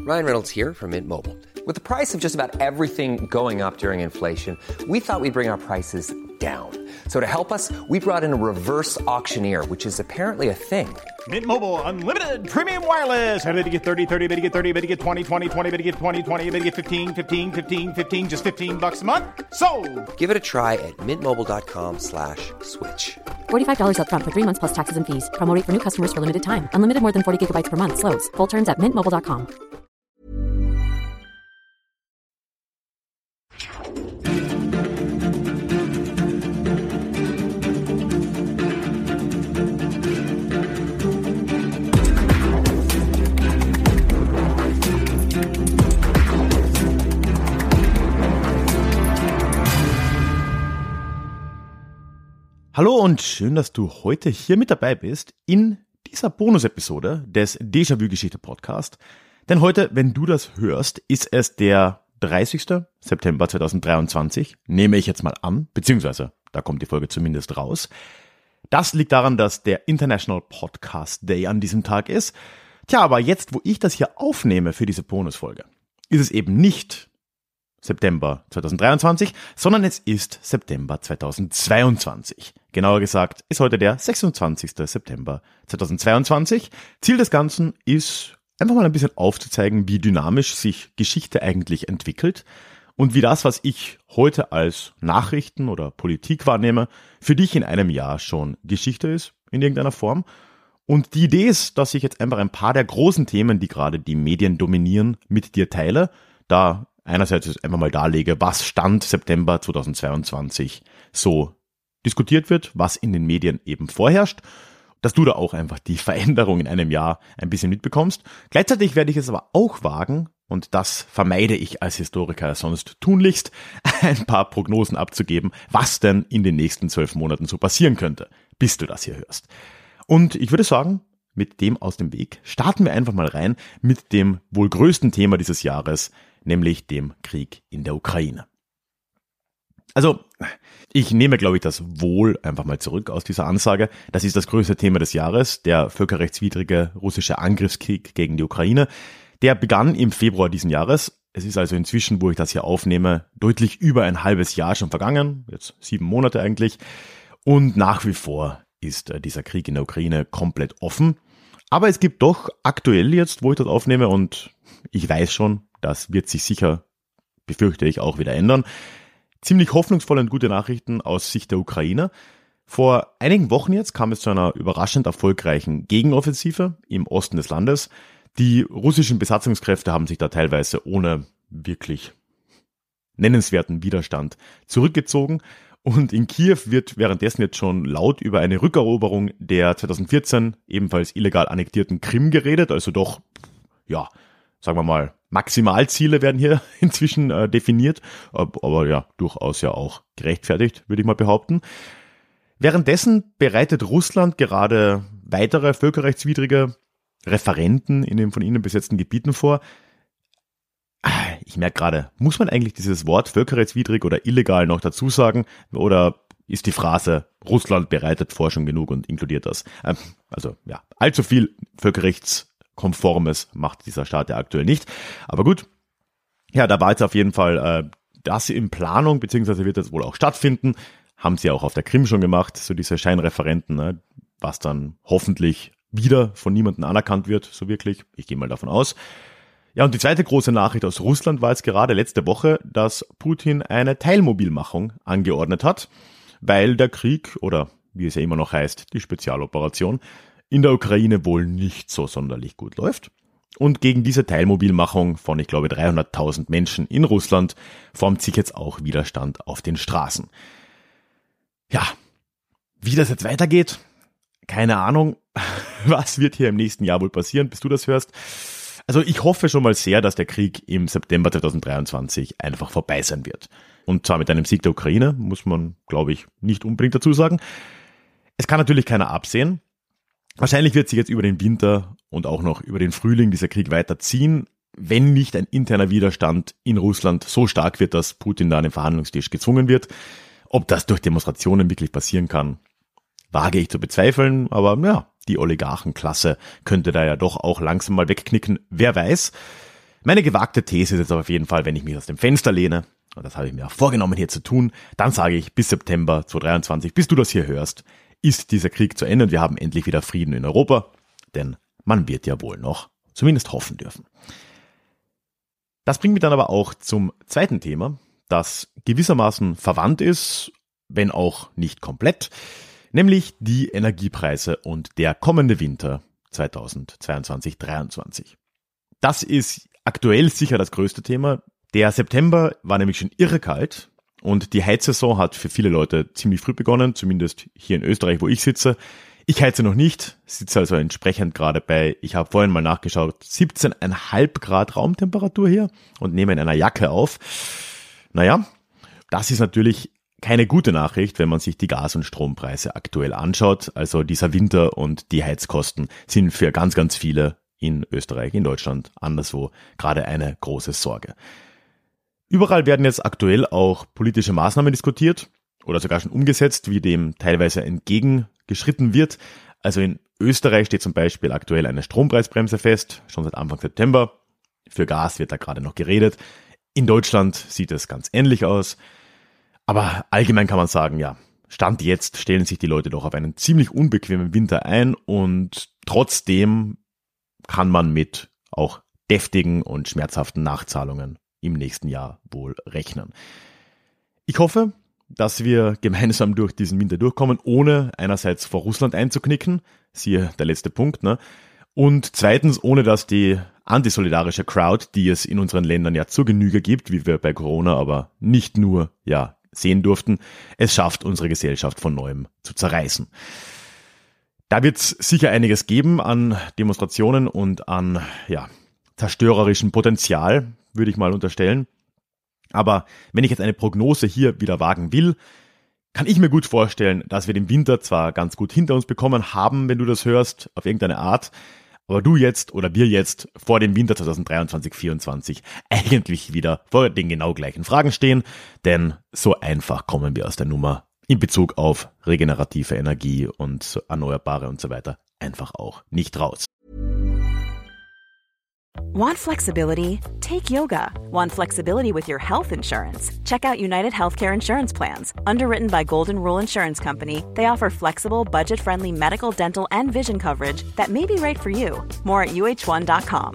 Ryan Reynolds here from Mint Mobile. With the price of just about everything going up during inflation, we thought we'd bring our prices down. So to help us, we brought in a reverse auctioneer, which is apparently a thing. Mint Mobile Unlimited Premium Wireless. How to get 30, 30, how to get 30, how to get 20, 20, 20, how to get 20, 20, how to get 15, 15, 15, 15, just $15 a month? Sold! Give it a try at mintmobile.com/switch. $45 up front for 3 months plus taxes and fees. Promo rate for new customers for limited time. Unlimited more than 40 gigabytes per month. Slows full terms at mintmobile.com. Hallo und schön, dass du heute hier mit dabei bist in dieser Bonus-Episode des Déjà-vu-Geschichte-Podcast. Denn heute, wenn du das hörst, ist es der 30. September 2023, nehme ich jetzt mal an, beziehungsweise da kommt die Folge zumindest raus. Das liegt daran, dass der International Podcast Day an diesem Tag ist. Tja, aber jetzt, wo ich das hier aufnehme für diese Bonusfolge, ist es eben nicht September 2023, sondern es ist September 2022. Genauer gesagt ist heute der 26. September 2022. Ziel des Ganzen ist, einfach mal ein bisschen aufzuzeigen, wie dynamisch sich Geschichte eigentlich entwickelt und wie das, was ich heute als Nachrichten oder Politik wahrnehme, für dich in einem Jahr schon Geschichte ist, in irgendeiner Form. Und die Idee ist, dass ich jetzt einfach ein paar der großen Themen, die gerade die Medien dominieren, mit dir teile, da einerseits einfach mal darlege, was Stand September 2022 so diskutiert wird, was in den Medien eben vorherrscht, dass du da auch einfach die Veränderung in einem Jahr ein bisschen mitbekommst. Gleichzeitig werde ich es aber auch wagen, und das vermeide ich als Historiker sonst tunlichst, ein paar Prognosen abzugeben, was denn in den nächsten 12 Monaten so passieren könnte, bis du das hier hörst. Und ich würde sagen, mit dem aus dem Weg starten wir einfach mal rein mit dem wohl größten Thema dieses Jahres, nämlich dem Krieg in der Ukraine. Also, ich nehme, glaube ich, das Wohl einfach mal zurück aus dieser Ansage. Das ist das größte Thema des Jahres, der völkerrechtswidrige russische Angriffskrieg gegen die Ukraine. Der begann im Februar diesen Jahres. Es ist also inzwischen, wo ich das hier aufnehme, deutlich über ein halbes Jahr schon vergangen, jetzt 7 Monate eigentlich. Und nach wie vor ist dieser Krieg in der Ukraine komplett offen. Aber es gibt doch aktuell jetzt, wo ich das aufnehme, und ich weiß schon, das wird sich sicher, befürchte ich, auch wieder ändern, ziemlich hoffnungsvolle und gute Nachrichten aus Sicht der Ukraine. Vor einigen Wochen jetzt kam es zu einer überraschend erfolgreichen Gegenoffensive im Osten des Landes. Die russischen Besatzungskräfte haben sich da teilweise ohne wirklich nennenswerten Widerstand zurückgezogen. Und in Kiew wird währenddessen jetzt schon laut über eine Rückeroberung der 2014 ebenfalls illegal annektierten Krim geredet. Also doch, ja, sagen wir mal, Maximalziele werden hier inzwischen definiert, aber ja, durchaus ja auch gerechtfertigt, würde ich mal behaupten. Währenddessen bereitet Russland gerade weitere völkerrechtswidrige Referenden in den von ihnen besetzten Gebieten vor. Ich merke gerade, muss man eigentlich dieses Wort völkerrechtswidrig oder illegal noch dazu sagen, oder ist die Phrase Russland bereitet vor schon genug und inkludiert das? Also ja, allzu viel Völkerrechtskonformes macht dieser Staat ja aktuell nicht. Aber gut, ja, da war jetzt auf jeden Fall das in Planung, beziehungsweise wird das wohl auch stattfinden. Haben sie auch auf der Krim schon gemacht, so diese Scheinreferenten, ne, was dann hoffentlich wieder von niemandem anerkannt wird, so wirklich. Ich gehe mal davon aus. Ja, und die zweite große Nachricht aus Russland war jetzt gerade letzte Woche, dass Putin eine Teilmobilmachung angeordnet hat, weil der Krieg, oder wie es ja immer noch heißt, die Spezialoperation, in der Ukraine wohl nicht so sonderlich gut läuft. Und gegen diese Teilmobilmachung von, ich glaube, 300.000 Menschen in Russland formt sich jetzt auch Widerstand auf den Straßen. Ja, wie das jetzt weitergeht, keine Ahnung. Was wird hier im nächsten Jahr wohl passieren, bis du das hörst? Also ich hoffe schon mal sehr, dass der Krieg im September 2023 einfach vorbei sein wird. Und zwar mit einem Sieg der Ukraine, muss man, glaube ich, nicht unbedingt dazu sagen. Es kann natürlich keiner absehen. Wahrscheinlich wird sich jetzt über den Winter und auch noch über den Frühling dieser Krieg weiterziehen, wenn nicht ein interner Widerstand in Russland so stark wird, dass Putin da an den Verhandlungstisch gezwungen wird. Ob das durch Demonstrationen wirklich passieren kann, wage ich zu bezweifeln, aber ja, die Oligarchenklasse könnte da ja doch auch langsam mal wegknicken, wer weiß. Meine gewagte These ist jetzt auf jeden Fall, wenn ich mich aus dem Fenster lehne, und das habe ich mir auch vorgenommen hier zu tun, dann sage ich, bis September 2023, bis du das hier hörst, ist dieser Krieg zu Ende und wir haben endlich wieder Frieden in Europa, denn man wird ja wohl noch zumindest hoffen dürfen. Das bringt mich dann aber auch zum zweiten Thema, das gewissermaßen verwandt ist, wenn auch nicht komplett, nämlich die Energiepreise und der kommende Winter 2022-23. Das ist aktuell sicher das größte Thema. Der September war nämlich schon irre kalt und die Heizsaison hat für viele Leute ziemlich früh begonnen, zumindest hier in Österreich, wo ich sitze. Ich heize noch nicht, sitze also entsprechend gerade bei, ich habe vorhin mal nachgeschaut, 17,5 Grad Raumtemperatur hier und nehme in einer Jacke auf. Naja, das ist natürlich keine gute Nachricht, wenn man sich die Gas- und Strompreise aktuell anschaut. Also dieser Winter und die Heizkosten sind für ganz, ganz viele in Österreich, in Deutschland, anderswo gerade eine große Sorge. Überall werden jetzt aktuell auch politische Maßnahmen diskutiert oder sogar schon umgesetzt, wie dem teilweise entgegengeschritten wird. Also in Österreich steht zum Beispiel aktuell eine Strompreisbremse fest, schon seit Anfang September. Für Gas wird da gerade noch geredet. In Deutschland sieht es ganz ähnlich aus. Aber allgemein kann man sagen, ja, Stand jetzt stellen sich die Leute doch auf einen ziemlich unbequemen Winter ein und trotzdem kann man mit auch deftigen und schmerzhaften Nachzahlungen im nächsten Jahr wohl rechnen. Ich hoffe, dass wir gemeinsam durch diesen Winter durchkommen, ohne einerseits vor Russland einzuknicken, siehe der letzte Punkt, ne? Und zweitens, ohne dass die antisolidarische Crowd, die es in unseren Ländern ja zur Genüge gibt, wie wir bei Corona aber nicht nur sehen durften, es schafft, unsere Gesellschaft von neuem zu zerreißen. Da wird es sicher einiges geben an Demonstrationen und an zerstörerischem Potenzial, würde ich mal unterstellen. Aber wenn ich jetzt eine Prognose hier wieder wagen will, kann ich mir gut vorstellen, dass wir den Winter zwar ganz gut hinter uns bekommen haben, wenn du das hörst, auf irgendeine Art, aber du jetzt oder wir jetzt vor dem Winter 2023-24 eigentlich wieder vor den genau gleichen Fragen stehen, denn so einfach kommen wir aus der Nummer in Bezug auf regenerative Energie und Erneuerbare und so weiter einfach auch nicht raus. Want flexibility? Take yoga. Want flexibility with your health insurance? Check out United Healthcare Insurance Plans. Underwritten by Golden Rule Insurance Company, they offer flexible, budget-friendly medical, dental, and vision coverage that may be right for you. More at uh1.com.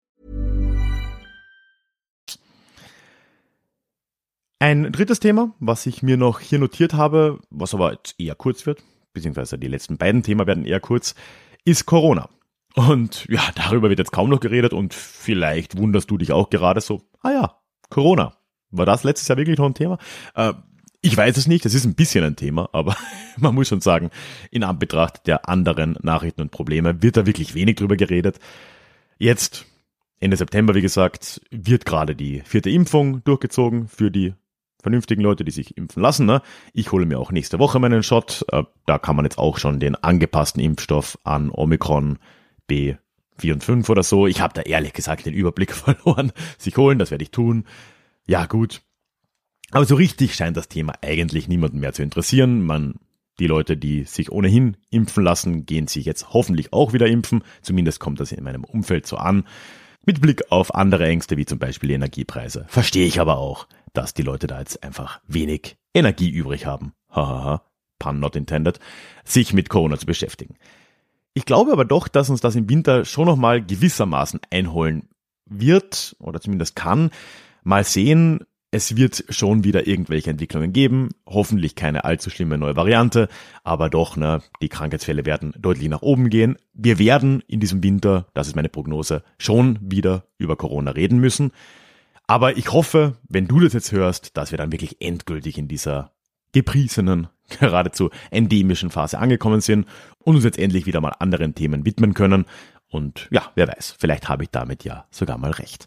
Ein drittes Thema, was ich mir noch hier notiert habe, was aber jetzt eher kurz wird, beziehungsweise die letzten beiden Themen werden eher kurz, ist Corona. Und ja, darüber wird jetzt kaum noch geredet und vielleicht wunderst du dich auch gerade so, Corona. War das letztes Jahr wirklich noch ein Thema? Ich weiß es nicht, es ist ein bisschen ein Thema, aber man muss schon sagen, in Anbetracht der anderen Nachrichten und Probleme wird da wirklich wenig drüber geredet. Jetzt, Ende September, wie gesagt, wird gerade die 4. Impfung durchgezogen für die vernünftigen Leute, die sich impfen lassen. Ne? Ich hole mir auch nächste Woche meinen Shot. Da kann man jetzt auch schon den angepassten Impfstoff an Omikron B4 und 5 oder so. Ich habe da ehrlich gesagt den Überblick verloren. Sich holen, das werde ich tun. Ja, gut. Aber so richtig scheint das Thema eigentlich niemanden mehr zu interessieren. Die Leute, die sich ohnehin impfen lassen, gehen sich jetzt hoffentlich auch wieder impfen. Zumindest kommt das in meinem Umfeld so an. Mit Blick auf andere Ängste, wie zum Beispiel die Energiepreise. Verstehe ich aber auch, dass die Leute da jetzt einfach wenig Energie übrig haben. Hahaha, pun not intended, sich mit Corona zu beschäftigen. Ich glaube aber doch, dass uns das im Winter schon nochmal gewissermaßen einholen wird oder zumindest kann. Mal sehen, es wird schon wieder irgendwelche Entwicklungen geben. Hoffentlich keine allzu schlimme neue Variante, aber doch, die Krankheitsfälle werden deutlich nach oben gehen. Wir werden in diesem Winter, das ist meine Prognose, schon wieder über Corona reden müssen. Aber ich hoffe, wenn du das jetzt hörst, dass wir dann wirklich endgültig in dieser gepriesenen, geradezu endemischen Phase angekommen sind und uns jetzt endlich wieder mal anderen Themen widmen können. Und ja, wer weiß, vielleicht habe ich damit ja sogar mal recht.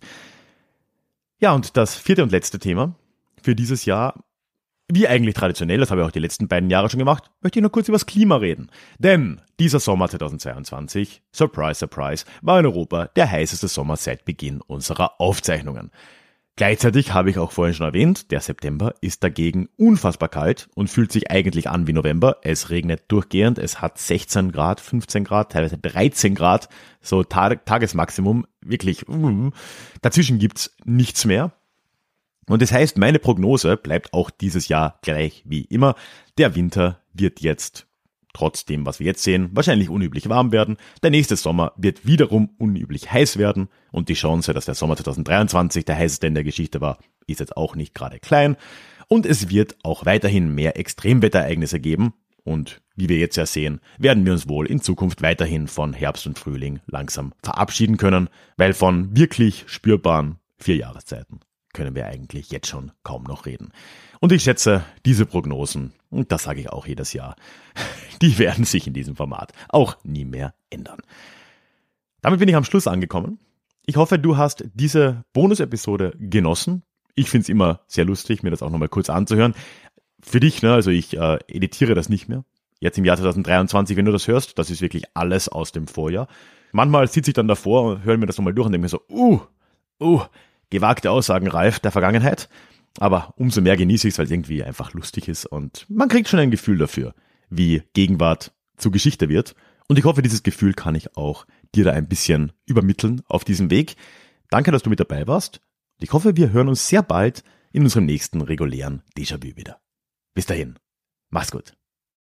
Ja, und das 4. und letzte Thema für dieses Jahr, wie eigentlich traditionell, das habe ich auch die letzten beiden Jahre schon gemacht, möchte ich noch kurz über das Klima reden. Denn dieser Sommer 2022, surprise, surprise, war in Europa der heißeste Sommer seit Beginn unserer Aufzeichnungen. Gleichzeitig habe ich auch vorhin schon erwähnt, der September ist dagegen unfassbar kalt und fühlt sich eigentlich an wie November. Es regnet durchgehend, es hat 16 Grad, 15 Grad, teilweise 13 Grad, so Tagesmaximum, wirklich. Dazwischen gibt's nichts mehr. Und das heißt, meine Prognose bleibt auch dieses Jahr gleich wie immer. Der Winter wird jetzt, trotz dem, was wir jetzt sehen, wahrscheinlich unüblich warm werden. Der nächste Sommer wird wiederum unüblich heiß werden. Und die Chance, dass der Sommer 2023 der heißeste in der Geschichte war, ist jetzt auch nicht gerade klein. Und es wird auch weiterhin mehr Extremwetterereignisse geben. Und wie wir jetzt ja sehen, werden wir uns wohl in Zukunft weiterhin von Herbst und Frühling langsam verabschieden können, weil von wirklich spürbaren 4 Jahreszeiten können wir eigentlich jetzt schon kaum noch reden. Und ich schätze, diese Prognosen, und das sage ich auch jedes Jahr, die werden sich in diesem Format auch nie mehr ändern. Damit bin ich am Schluss angekommen. Ich hoffe, du hast diese Bonus-Episode genossen. Ich finde es immer sehr lustig, mir das auch nochmal kurz anzuhören. Für dich, ne, also ich editiere das nicht mehr. Jetzt im Jahr 2023, wenn du das hörst, das ist wirklich alles aus dem Vorjahr. Manchmal sitze ich dann davor und höre mir das nochmal durch und denke mir so, gewagte Aussagen, Ralf, der Vergangenheit. Aber umso mehr genieße ich es, weil es irgendwie einfach lustig ist und man kriegt schon ein Gefühl dafür, wie Gegenwart zu Geschichte wird. Und ich hoffe, dieses Gefühl kann ich auch dir da ein bisschen übermitteln auf diesem Weg. Danke, dass du mit dabei warst. Ich hoffe, wir hören uns sehr bald in unserem nächsten regulären Déjà-vu wieder. Bis dahin, mach's gut.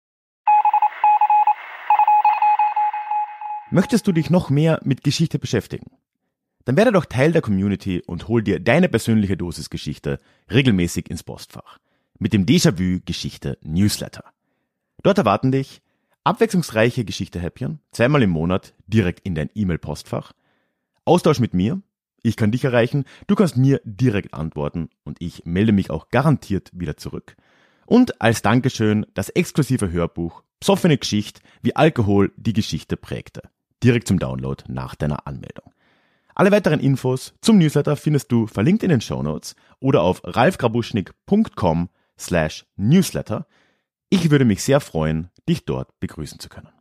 Möchtest du dich noch mehr mit Geschichte beschäftigen? Dann werde doch Teil der Community und hol dir deine persönliche Dosis Geschichte regelmäßig ins Postfach. Mit dem Déjà-vu Geschichte Newsletter. Dort erwarten dich abwechslungsreiche Geschichte-Häppchen, 2-mal im Monat direkt in dein E-Mail-Postfach. Austausch mit mir, ich kann dich erreichen, du kannst mir direkt antworten und ich melde mich auch garantiert wieder zurück. Und als Dankeschön das exklusive Hörbuch Psoffene Geschichte, wie Alkohol die Geschichte prägte. Direkt zum Download nach deiner Anmeldung. Alle weiteren Infos zum Newsletter findest du verlinkt in den Shownotes oder auf ralfgrabuschnik.com/newsletter. Ich würde mich sehr freuen, dich dort begrüßen zu können.